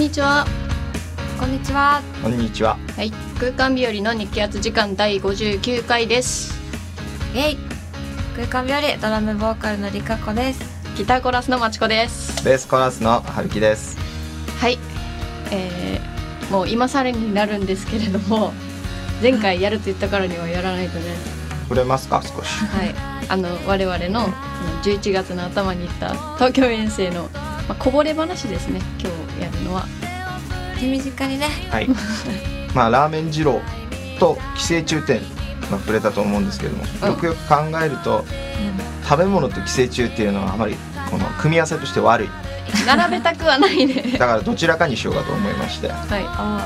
にちは。 こんにちは。 こんにちは。 はい、空間日和の日気圧時間第59回です。 イェイ。空間日和ドラムボーカルのりかこです。 ギターコーラスのまちこです。 ベースコーラスのはるきです。 はい、もう今更になるんですけれども、前回やると言ったからにはやらないとね。 触れますか少し。 はい、我々の11月の頭に行った東京遠征の、こぼれ話ですね。今日やるのは手短にね。 はい。ラーメン二郎と寄生虫店、触れたと思うんですけれども、よくよく考えると、食べ物と寄生虫っていうのはあまりこの組み合わせとして悪い。 並べたくはないね。 だからどちらかにしようかと思いまして。 はい。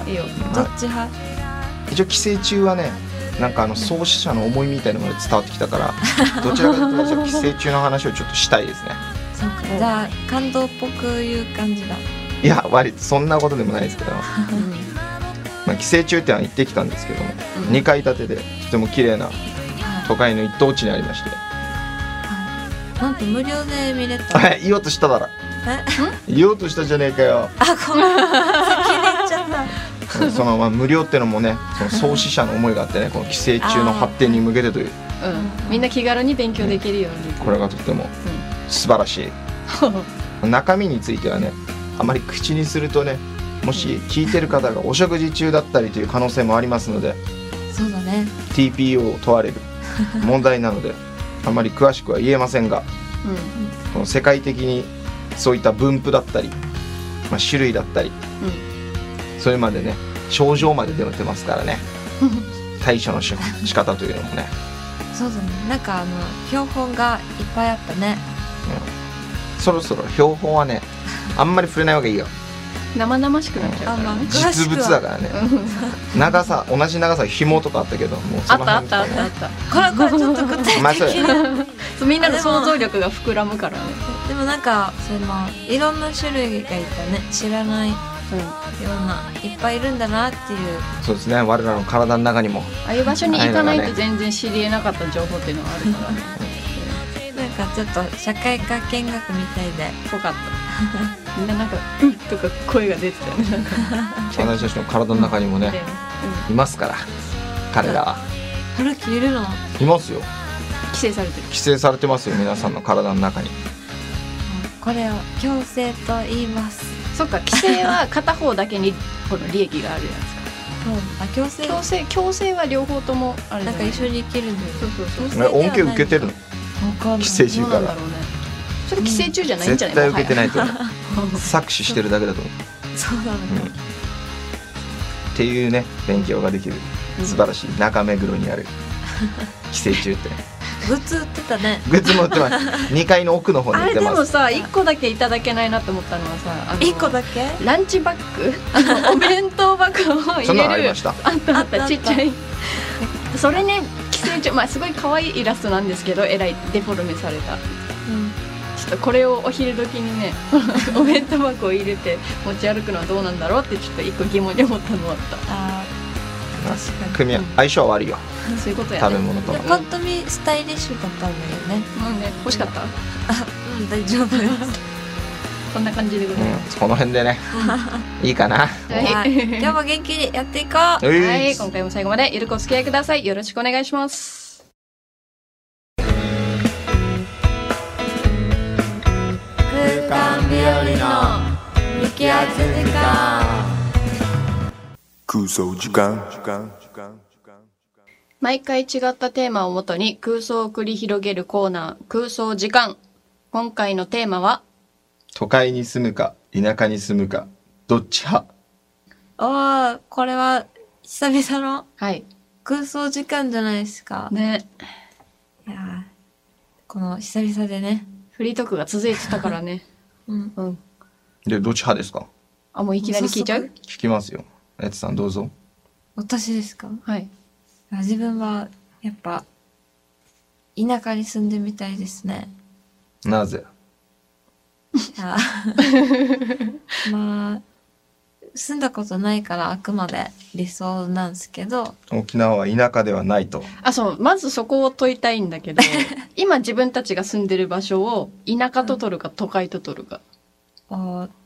いいよ。 どっち派？ 一応寄生虫はね、なんか創始者の思いみたいなのが伝わってきたから、どちらかというと寄生虫の話をちょっとしたいですね。 そうか。じゃあ感動っぽく言う感じだ。 いや、割とそんなことでもないですけど。寄生虫店は行ってきたんですけども、2階建てでとても綺麗な都会の一等地にありまして、 なんと無料で見れた。 言おうとしただろ。言おうとしたじゃねえかよ。 ごめん。先に言っちゃった。 その無料ってのもね、その創始者の思いがあってね、この寄生虫の発展に向けてという、 みんな気軽に勉強できるように、 これがとても素晴らしい。中身についてはね、あまり口にするとね、もし聞いてる方がお食事中だったりという可能性もありますので、 そうだね。 TPO を問われる問題なのであまり詳しくは言えませんが、この世界的にそういった分布だったり、種類だったり、それまでね、症状まで出てますからね。対処の仕方というのもね。 そうだね。なんか標本がいっぱいあったね。 そろそろ標本はね、あんまり触れない方がいいよ。 生々しくなっちゃうからね。 実物だからね。長さ、同じ長さ紐とかあったけど、もうその辺みたいな。 あったこれちょっと具体的な。 みんなの想像力が膨らむからね。 でもなんかいろんな種類がいたね。知らないようないっぱいいるんだなっていう。 そうですね。我らの体の中にもああいう場所に行かないと全然知り得なかった情報っていうのがあるからね。 なんかちょっと社会科見学みたいでぽかった。みんななんか「うん」とか声が出てたよね。なんか私たちの体の中にもね、いますから彼らは。 はるきいるの？ いますよ。 寄生されてる。 寄生されてますよ、皆さんの体の中に。 これを共生と言います。 そっか、寄生は片方だけにこの利益があるやつか。共生は両方ともあれなんか一緒に生きるんだよ。 そう恩恵受けてるの？寄生虫から。 それ寄生虫じゃないんじゃない？ 絶対受けてないと思う。搾取してるだけだと思う。 そうなの、 っていうね、勉強ができる素晴らしい中目黒にある寄生虫ってグッズ売ってたね。 グッズも売ってます。2階の奥の方に売ってます。 あれでもさ、1個だけいただけないなって思ったのはさ、 1個だけランチバッグ、お弁当箱を入れる。 そんなのありました。 あったちっちゃい。それね、寄生虫、すごい可愛いイラストなんですけど、えらいデフォルメされた。ちょっとこれをお昼時にね、お弁当箱を入れて持ち歩くのはどうなんだろうってちょっと一個疑問に思ったのはあった。 確かに相性は悪いよ。 そういうことやね。 食べ物とか。 パッと見スタイリッシュだったんだよね。 欲しかった？ 大丈夫です。 こんな感じでございます。 この辺でね、いいかな。 はい。今日も元気にやっていこう。 はい、今回も最後までゆるくお付き合いください。よろしくお願いします。 空間日和の日気圧時間。 空想時間。 毎回違ったテーマをもとに空想を繰り広げるコーナー、空想時間。今回のテーマは、 都会に住むか田舎に住むかどっち派。 これは久々のはい空想時間じゃないですかね。 いやこの久々でね、 フリートークが続いてたからね。 で、どっち派ですか？ もういきなり聞いちゃう？ 聞きますよ。やつさんどうぞ。 私ですか？ はい。 自分はやっぱ田舎に住んでみたいですね。 なぜ？ 住んだことないからあくまで理想なんですけど。 沖縄は田舎ではないと。 そう、まずそこを問いたいんだけど、今自分たちが住んでる場所を田舎と取るか都会と取るか。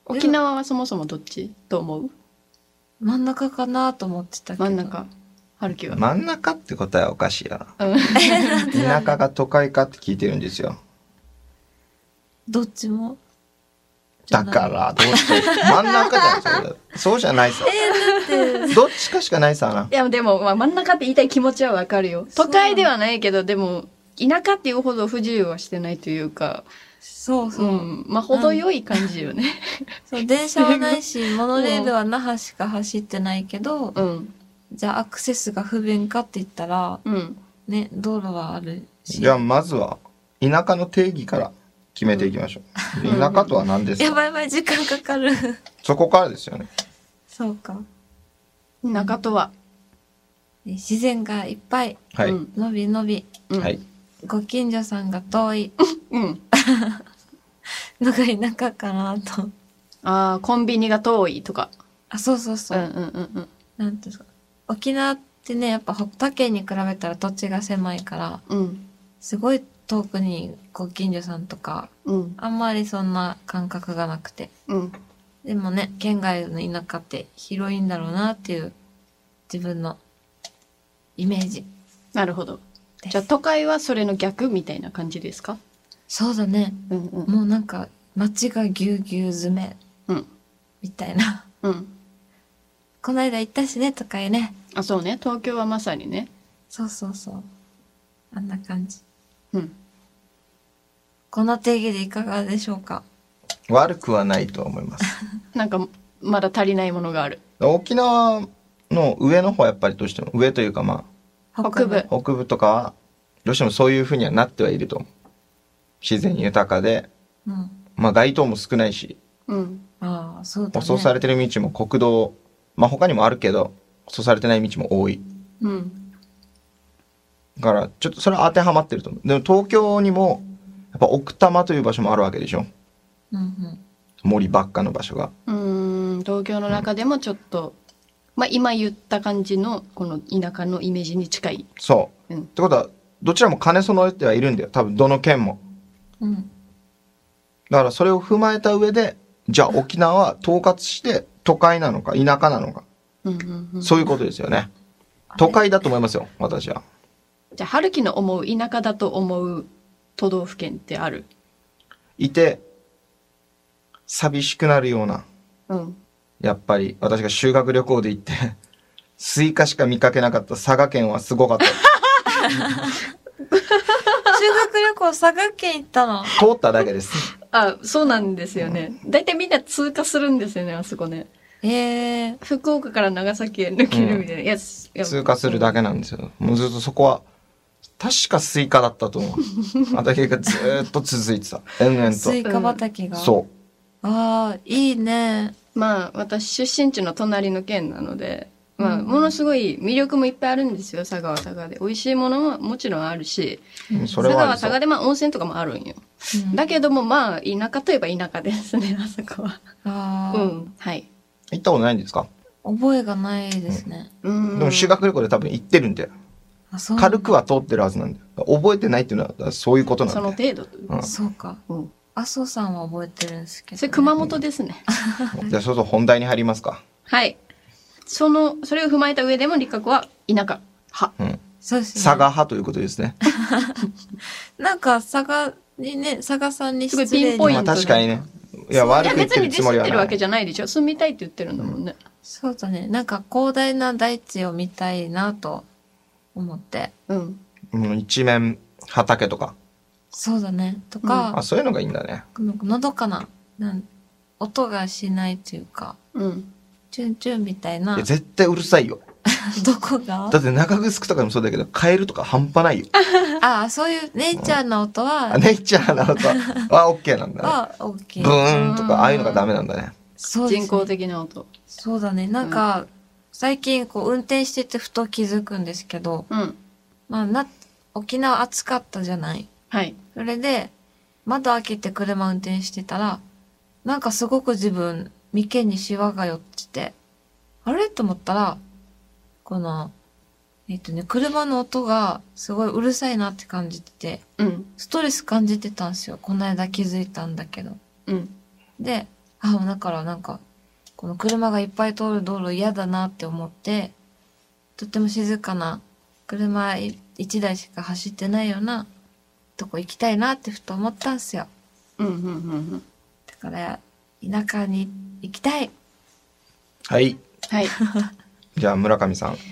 沖縄はそもそもどっちと思う？ 真ん中かなと思ってたけど。 真ん中。春樹は。 真ん中って答えはおかしいやうん。 な。田舎が都会かって聞いてるんですよ。 どっちも。 だからどうして真ん中じゃんそれ。そうじゃないさ。 だってどっちかしかないさな。 いやでも、まあ、真ん中って言いたい気持ちはわかるよ。都会ではないけど、でも、田舎っていうほど不自由はしてないというか、 そうそう。 まあ、程よい感じよね。 そう、電車はないし、モノレールは那覇しか走ってないけど、 うん。 じゃあアクセスが不便かって言ったら、 うん。 ね、道路はあるし。 じゃあまずは田舎の定義から決めていきましょう。田舎とは何ですか？ やばいやばい、時間かかる。 そこからですよね。 そうか。 田舎とは、 自然がいっぱい、 はい。 うんのびのび、 うんはい。 ご近所さんが遠いうん。 のが田舎かなと。 ああ、コンビニが遠いとか。 あ、そうそうそう。 うんうんうんうん。 なんていうんですか。沖縄ってね、やっぱ他県に比べたら土地が狭いから、 うん。 すごい遠くにご近所さんとか、 うん。 あんまりそんな感覚がなくて。 うん。 でもね、県外の田舎って広いんだろうなっていう自分のイメージ。 なるほど。じゃあ都会はそれの逆みたいな感じですか？ そうだね。 うんうん。 もうなんか街がぎゅうぎゅう詰めうん。 みたいな。 うん。 この間行ったしね、都会ね。 あ、そうね。東京はまさにね。 そうそうそう。あんな感じ。 うん。 この定義でいかがでしょうか？ 悪くはないと思います。 なんか、まだ足りないものがある。 沖縄の上の方はやっぱりどうしても上というかま北部。 あ北部とかはどうしてもそういう風にはなってはいると思う。自然豊かで、 うん。 まあ街灯も少ないし、 うん。 ああ、そうだね。 舗装されてる道も国道、まあ他にもあるけど、舗装されてない道も多い。 うん。 だからちょっとそれは当てはまってると思う。でも東京にもやっぱ奥多摩という場所もあるわけでしょ。 うんうん。 森ばっかの場所が。 東京の中でもちょっと、まあ今言った感じのこの田舎のイメージに近い。 そう。 うんってことはどちらも兼ね備えてはいるんだよ。多分どの県も。 うん。 だからそれを踏まえた上で、じゃあ沖縄は統括して都会なのか田舎なのか。 うんうんうん。 そういうことですよね。都会だと思いますよ、私は。 じゃあ春樹の思う田舎だと思う都道府県ってある？ いて、寂しくなるような。 うん。 やっぱり私が修学旅行で行って、スイカしか見かけなかった佐賀県はすごかった。 修学旅行佐賀県行ったの？ 通っただけです。 あ、そうなんですよね。だいたいみんな通過するんですよね、あそこね。福岡から長崎へ抜けるみたいな。いや通過するだけなんですよ。もうずっとそこは、確かスイカだったと思う。畑がずーっと続いてた。延々と。 スイカ畑が。 そう。 ああ、いいね。 まあ、私出身地の隣の県なので、まあ、ものすごい魅力もいっぱいあるんですよ、佐賀は佐賀で。美味しいものももちろんあるし、 それは佐賀は佐賀でまあ温泉とかもあるんよ。 うんだけどもまあ、田舎といえば田舎ですね、あそこは。 ああ、 うん、はい。 行ったことないんですか？ 覚えがないですね。 うん。 でも修学旅行で多分行ってるんで、 あ、そう。 軽くは通ってるはずなんだよ。覚えてないっていうのはそういうことなんそのだよ。 程度というか。 うん。 そうか。 うん。 麻生さんは覚えてるんですけど、 それ熊本ですね。 じゃあそろそろ本題に入りますか。 はい。それを踏まえた上でも理学は田舎派。 うん。 そうですね。 佐賀派ということですね。 なんか佐賀にね、佐賀さんにすごい失礼ピンポイントまあ確かにね。いや、 いや悪く言っ別にディてるつもりはない。 スってるわけじゃないでしょ。住みたいって言ってるんだもんね。 そうだね。なんか広大な大地を見たいなと思って。 うん。 一面畑とか。 そうだね。とか、 あ、そういうのがいいんだね。 のどかな、音がしないというか、 うん。 チュンチュンみたいな。 いや絶対うるさいよ。 どこがだって中城とかでもそうだけど、カエルとか半端ないよ。 ああ、そういうネイチャーな音は、 ネイチャーな音は OK なんだね。 は OK。 ブーンとか、ああいうのがダメなんだね。 そうですね人工的な音。 そうだね。なんか、最近こう運転しててふと気づくんですけど、 うん。 まあ沖縄暑かったじゃない。 はい。 それで、窓開けて車運転してたら、なんかすごく自分、眉間にシワが寄ってて、あれと思ったら、この、車の音がすごいうるさいなって感じてて、 うん。 ストレス感じてたんですよ。この間気づいたんだけど。 うん。 で、 だからなんか、この車がいっぱい通る道路嫌だなって思って、とっても静かな車一台しか走ってないようなとこ行きたいなってふと思ったんすよ。 うんうんうんうん。 だから田舎に行きたい。 はい。 はい。 じゃあ村上さん。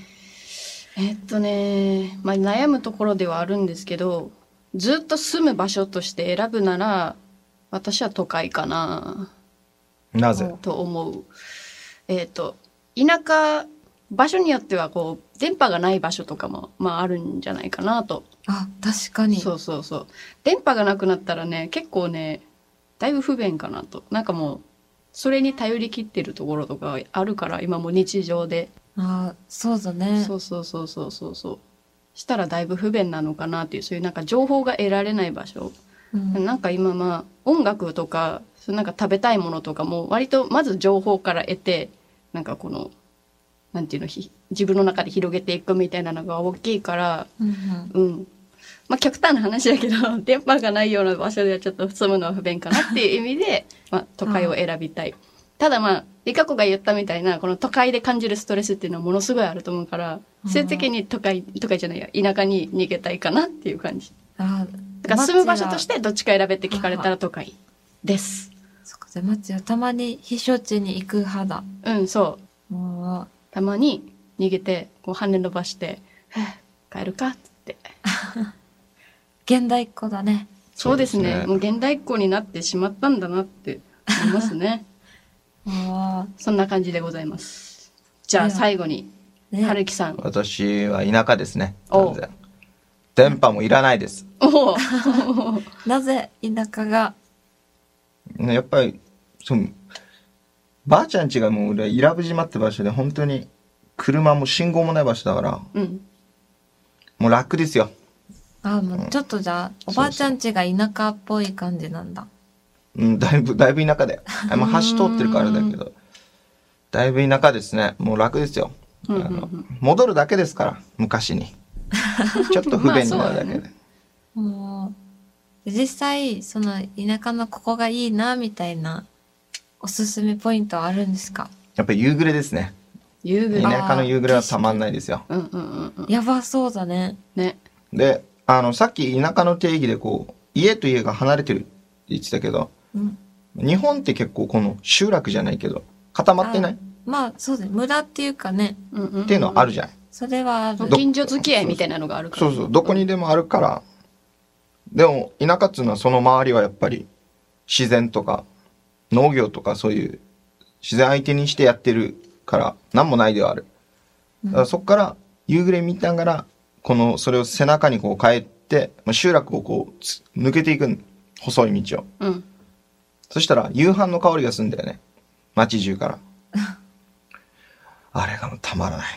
まあ悩むところではあるんですけど、ずっと住む場所として選ぶなら、私は都会かな。 なぜ？ と思う。田舎、場所によってはこう電波がない場所とかもまああるんじゃないかなと。 あ、確かに。 そうそうそう。電波がなくなったらね、結構ね、だいぶ不便かなと。なんかもうそれに頼り切ってるところとかあるから、今も日常で。 あ、そうだね。 そうそうそうそうそうそう。したらだいぶ不便なのかなっていう、そういうなんか情報が得られない場所。なんか今まあ音楽とかなんか食べたいものとかも割とまず情報から得て、なんかこのなんていうの、自分の中で広げていくみたいなのが大きいから、まあ極端な話だけど電波がないような場所ではちょっと住むのは不便かなっていう意味で、まあ、都会を選びたい。ただまあリカ子が言ったみたいなこの都会で感じるストレスっていうのはものすごいあると思うから、そういう時に都会じゃないや、田舎に逃げたいかなっていう感じ。だから住む場所としてどっちか選べって聞かれたら都会です。 そっか、じゃあマッチはたまに避暑地に行く派だ。 うん、そう。たまに逃げてこう羽伸ばして帰るかっつって現代っ子だね。 そうですね。もう現代っ子になってしまったんだなって思いますね。そんな感じでございます。じゃあ最後に、春樹さん。 私は田舎ですね。全然電波もいらないです。 なぜ田舎が？ やっぱりばあちゃん家がもう伊良部島って場所で本当に車も信号もない場所だから、もう楽ですよ。 もうちょっとじゃあ、おばあちゃん家が田舎っぽい感じなんだ。 だいぶ田舎で、橋通ってるからだけど、だいぶ田舎ですね。もう楽ですよ。戻るだけですから昔に。ちょっと不便になるだけで。 実際その田舎のここがいいなみたいなおすすめポイントはあるんですか？ やっぱり夕暮れですね。 夕暮れ。 田舎の夕暮れはたまんないですよ。 やばそうだね。 で、さっき田舎の定義でこう家と家が離れてるって言ってたけど、日本って結構この集落じゃないけど固まってない？ まあそうだね。村っていうかね。 っていうのはあるじゃん。 それはある。 近所付き合いみたいなのがあるから。 そう、どこにでもあるから。でも田舎っつうのはその周りはやっぱり自然とか農業とかそういう自然相手にしてやってるから何もないではある。だからそこから夕暮れ見ながらそれを背中にこう帰って集落をこう抜けていく細い道を。そしたら夕飯の香りがするんだよね。街中から。あれがもうたまらない。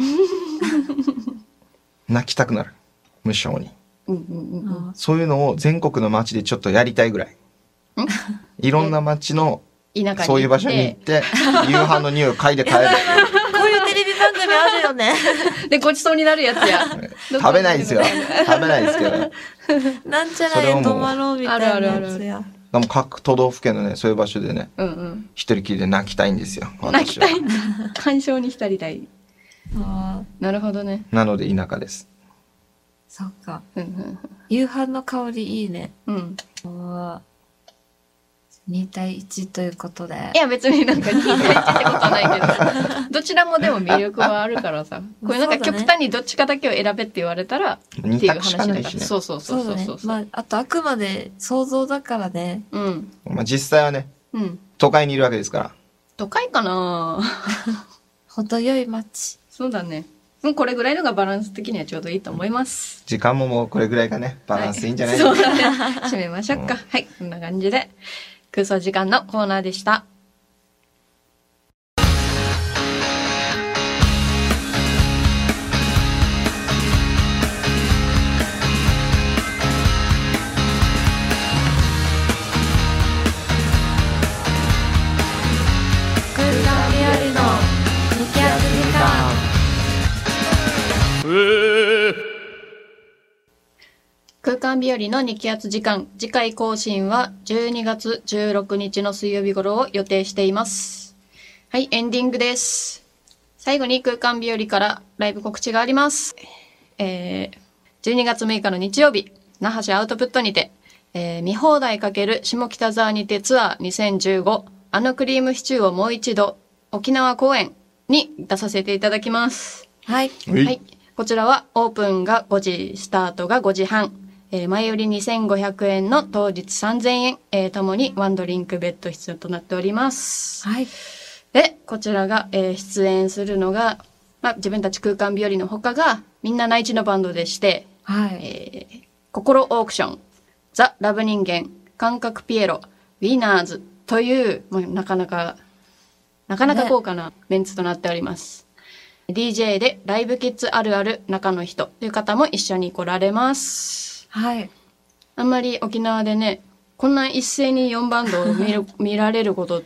泣きたくなる。無性に。そういうのを全国の街でちょっとやりたいぐらい。いろんな街のそういう場所に行って夕飯の匂いを嗅いで帰る。こういうテレビ番組あるよね。 でごちそうになるやつや。 食べないですよ。食べないですけど。 なんちゃらへ泊まろうみたいなやつや。 でも各都道府県のねそういう場所でね、一人きりで泣きたいんですよ。 泣きたいんだ。感傷に浸りたい。なるほどね。 なので田舎です。 そっか。夕飯の香りいいね。2対1ということで。 いや別になんか2対1ってことないけど、どちらもでも魅力はあるからさ。これなんか極端にどっちかだけを選べって言われたらっていう話だから。そうそうそうそう。 まああとあくまで想像だからね。 まあ実際はね、都会にいるわけですから。 都会かな。 程よい街。 そうだね。これぐらいのがバランス的にはちょうどいいと思います。 時間ももうこれぐらいがね、バランスいいんじゃないですか。そうだね。締めましょうか。はい。こんな感じで。空想時間のコーナーでした。空間日和の2気圧時間、次回更新は12月16日の水曜日頃を予定しています。はい、エンディングです。最後に空間日和からライブ告知があります。12月6日の日曜日、那覇市アウトプットにて、見放題×下北沢にてツアー2015、あのクリームシチューをもう一度、沖縄公演に出させていただきます。 はい。 はい。こちらはオープンが5時、スタートが5時半。前売り2500円の当日3000円、ともにワンドリンク別途必要となっております。 はい。 で、こちらが、出演するのが、自分たち空間日和の他が、みんな内地のバンドでして、 はい。 心オークション、ザ・ラブ人間、感覚ピエロ、ウィナーズという、もうなかなか豪華なメンツとなっております。DJ でライブキッズあるある中の人という方も一緒に来られます。 はい。 あんまり沖縄でね、こんな一斉に4バンドを見られることって、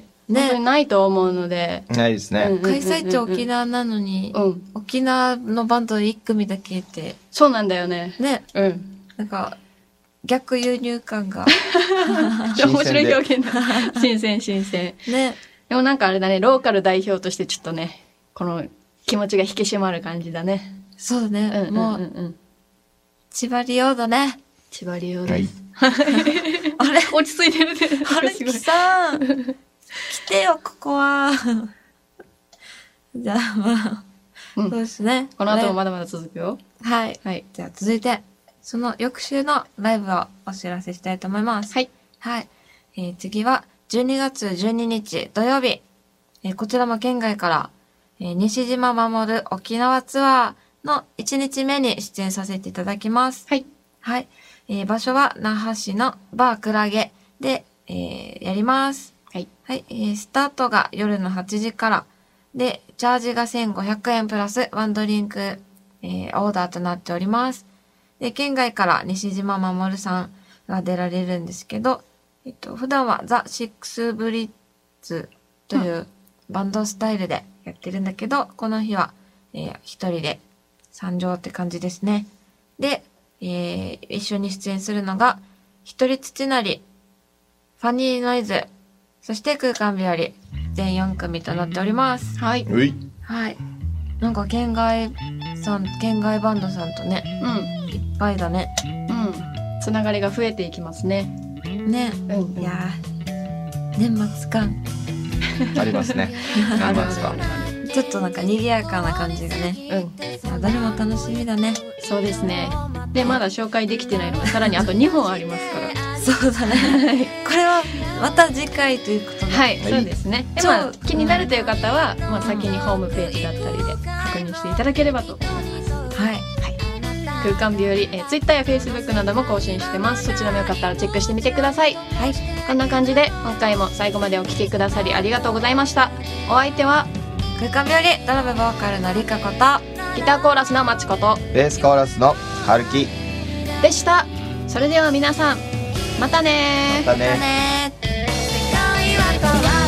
本当にないと思うので。 ないですね。 開催地沖縄なのに、沖縄のバンド1組だけって。 そうなんだよね。 ね。なんか、逆輸入感が。 面白い表現だ。新鮮。 ね。 でもなんかあれだね、ローカル代表としてちょっとね、この気持ちが引き締まる感じだね。 そうだね。もう、千葉利用だね。 千葉利用です。 あれ落ち着いてるね。 あれ、キさん。来てよ、ここは。じゃあそうですね。 この後もまだまだ続くよ。 はい。じゃあ続いて、その翌週のライブをお知らせしたいと思います。 はい。 次は12月12日土曜日。こちらも県外から、西島守沖縄ツアーの1日目に出演させていただきます。 はい。 場所は那覇市のバークラゲで、やります。スタートが夜の8時から。で、チャージが1500円プラスワンドリンク、オーダーとなっております。で、県外から西島守さんが出られるんですけど、普段はザ・シックス・ブリッツというバンドスタイルでやってるんだけど、この日は、一人で参上って感じですね。で、一緒に出演するのが、一人土なり、ファニーノイズ、そして空間日和、全4組となっております。 はい。 なんか県外バンドさんとね、いっぱいだね。 つながりが増えていきますね。 ね。いやー、年末感。 ありますね。年末感。 ちょっとなんか賑やかな感じがね。誰も楽しみだね。 そうですね。で、まだ紹介できてないのがさらにあと2本ありますから。 そうだね。これはまた次回ということで。 はい、そうですね。で、気になるという方は、先にホームページだったりで確認していただければと思います。空間日和、Twitter や Facebook なども更新してます。そちらもよかったらチェックしてみてください。こんな感じで今回も最後までお聴きくださりありがとうございました。お相手は空間日和ドラムボーカルのりかことギターコーラスのまちことベースコーラスのはるきでした。それでは皆さんまたねまたね。 世界は変わる